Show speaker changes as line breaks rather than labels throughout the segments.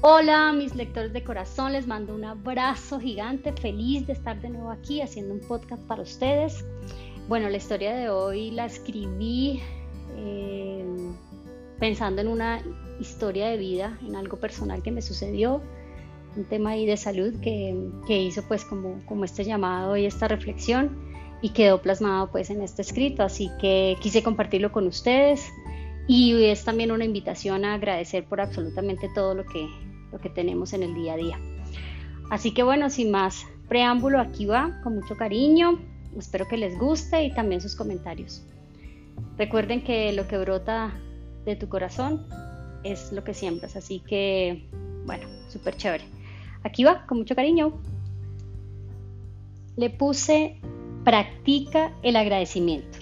Hola, mis lectores de corazón, les mando un abrazo gigante, feliz de estar de nuevo aquí haciendo un podcast para ustedes. Bueno, la historia de hoy la escribí pensando en una historia de vida, en algo personal que me sucedió, un tema ahí de salud que hizo pues como este llamado y esta reflexión y quedó plasmado pues en este escrito, así que quise compartirlo con ustedes y es también una invitación a agradecer por absolutamente todo lo que tenemos en el día a día. Así que bueno, sin más preámbulo, aquí va, con mucho cariño, espero que les guste y también sus comentarios. Recuerden que lo que brota de tu corazón es lo que siembras, así que bueno, súper chévere. Aquí va, con mucho cariño. Le puse: practica el agradecimiento.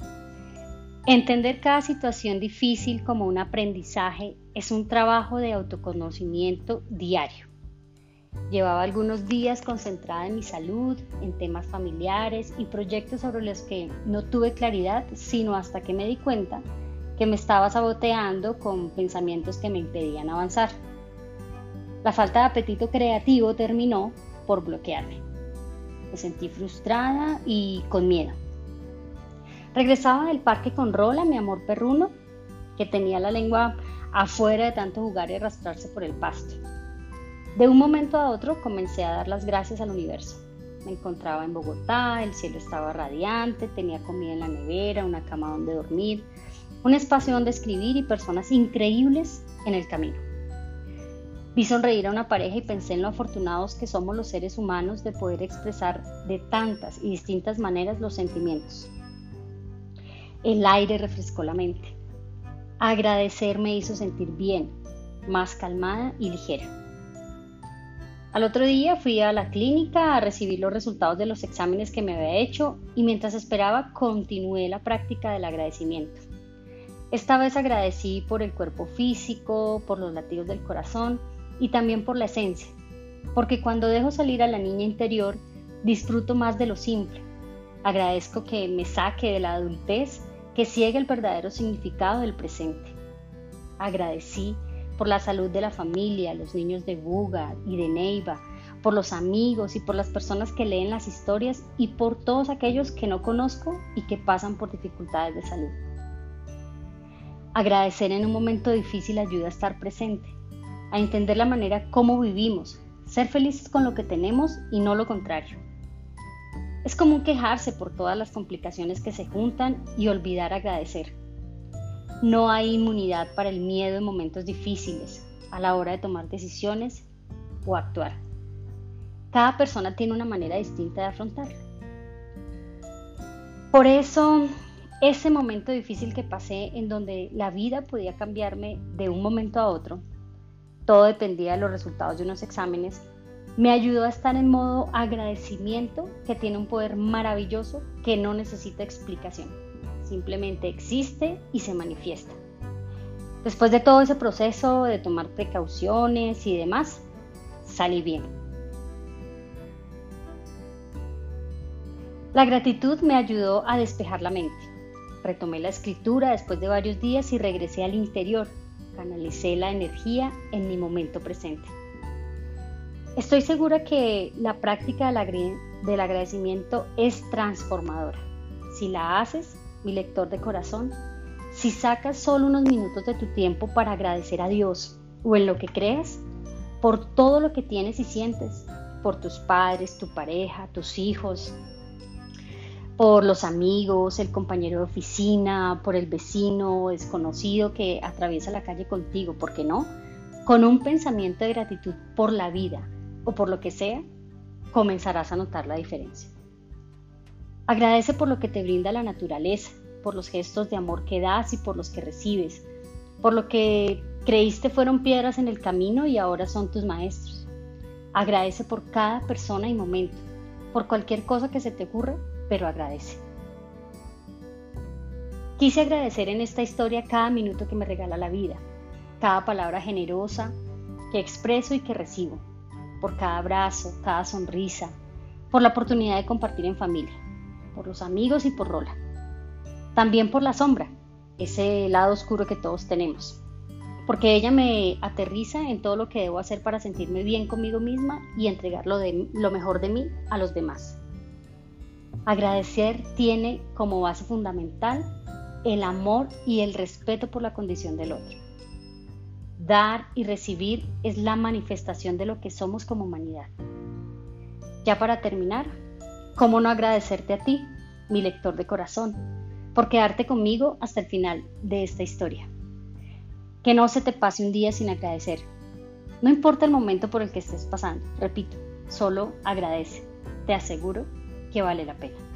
Entender cada situación difícil como un aprendizaje es un trabajo de autoconocimiento diario. Llevaba algunos días concentrada en mi salud, en temas familiares y proyectos sobre los que no tuve claridad, sino hasta que me di cuenta que me estaba saboteando con pensamientos que me impedían avanzar. La falta de apetito creativo terminó por bloquearme. Me sentí frustrada y con miedo. Regresaba del parque con Rola, mi amor perruno, que tenía la lengua afuera de tanto jugar y arrastrarse por el pasto. De un momento a otro comencé a dar las gracias al universo. Me encontraba en Bogotá, el cielo estaba radiante, tenía comida en la nevera, una cama donde dormir, un espacio donde escribir y personas increíbles en el camino. Vi sonreír a una pareja y pensé en lo afortunados que somos los seres humanos de poder expresar de tantas y distintas maneras los sentimientos. El aire refrescó la mente. Agradecer me hizo sentir bien, más calmada y ligera. Al otro día fui a la clínica a recibir los resultados de los exámenes que me había hecho y mientras esperaba continué la práctica del agradecimiento. Esta vez agradecí por el cuerpo físico, por los latidos del corazón y también por la esencia, porque cuando dejo salir a la niña interior disfruto más de lo simple. Agradezco que me saque de la adultez que ciega el verdadero significado del presente. Agradecí por la salud de la familia, los niños de Buga y de Neiva, por los amigos y por las personas que leen las historias y por todos aquellos que no conozco y que pasan por dificultades de salud. Agradecer en un momento difícil ayuda a estar presente, a entender la manera como vivimos, ser felices con lo que tenemos y no lo contrario. Es común quejarse por todas las complicaciones que se juntan y olvidar agradecer. No hay inmunidad para el miedo en momentos difíciles, a la hora de tomar decisiones o actuar. Cada persona tiene una manera distinta de afrontarlo. Por eso, ese momento difícil que pasé en donde la vida podía cambiarme de un momento a otro, todo dependía de los resultados de unos exámenes, me ayudó a estar en modo agradecimiento, que tiene un poder maravilloso que no necesita explicación. Simplemente existe y se manifiesta. Después de todo ese proceso de tomar precauciones y demás, salí bien. La gratitud me ayudó a despejar la mente. Retomé la escritura después de varios días y regresé al interior. Canalicé la energía en mi momento presente. Estoy segura que la práctica del agradecimiento es transformadora. Si la haces, mi lector de corazón, si sacas solo unos minutos de tu tiempo para agradecer a Dios o en lo que creas, por todo lo que tienes y sientes, por tus padres, tu pareja, tus hijos, por los amigos, el compañero de oficina, por el vecino desconocido que atraviesa la calle contigo, ¿por qué no? Con un pensamiento de gratitud por la vida o por lo que sea, comenzarás a notar la diferencia. Agradece por lo que te brinda la naturaleza, por los gestos de amor que das y por los que recibes, por lo que creíste fueron piedras en el camino y ahora son tus maestros. Agradece por cada persona y momento, por cualquier cosa que se te ocurra, pero agradece. Quise agradecer en esta historia cada minuto que me regala la vida, cada palabra generosa que expreso y que recibo, por cada abrazo, cada sonrisa, por la oportunidad de compartir en familia, por los amigos y por Rola. También por la sombra, ese lado oscuro que todos tenemos. porque ella me aterriza en todo lo que debo hacer para sentirme bien conmigo misma y entregar lo mejor de mí a los demás. Agradecer tiene como base fundamental el amor y el respeto por la condición del otro. Dar y recibir es la manifestación de lo que somos como humanidad. Ya para terminar, ¿cómo no agradecerte a ti, mi lector de corazón, por quedarte conmigo hasta el final de esta historia? Que no se te pase un día sin agradecer. No importa el momento por el que estés pasando, repito, solo agradece. Te aseguro que vale la pena.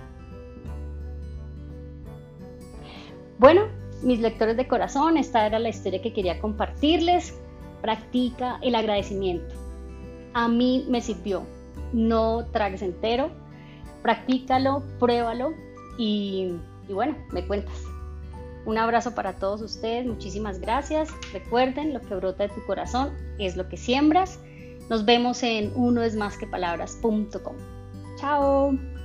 Bueno, mis lectores de corazón, esta era la historia que quería compartirles. Practica el agradecimiento. A mí me sirvió. No tragues entero. Practícalo, pruébalo y bueno, me cuentas. Un abrazo para todos ustedes, muchísimas gracias. Recuerden, lo que brota de tu corazón es lo que siembras. Nos vemos en unoesmasquepalabras.com. Chao.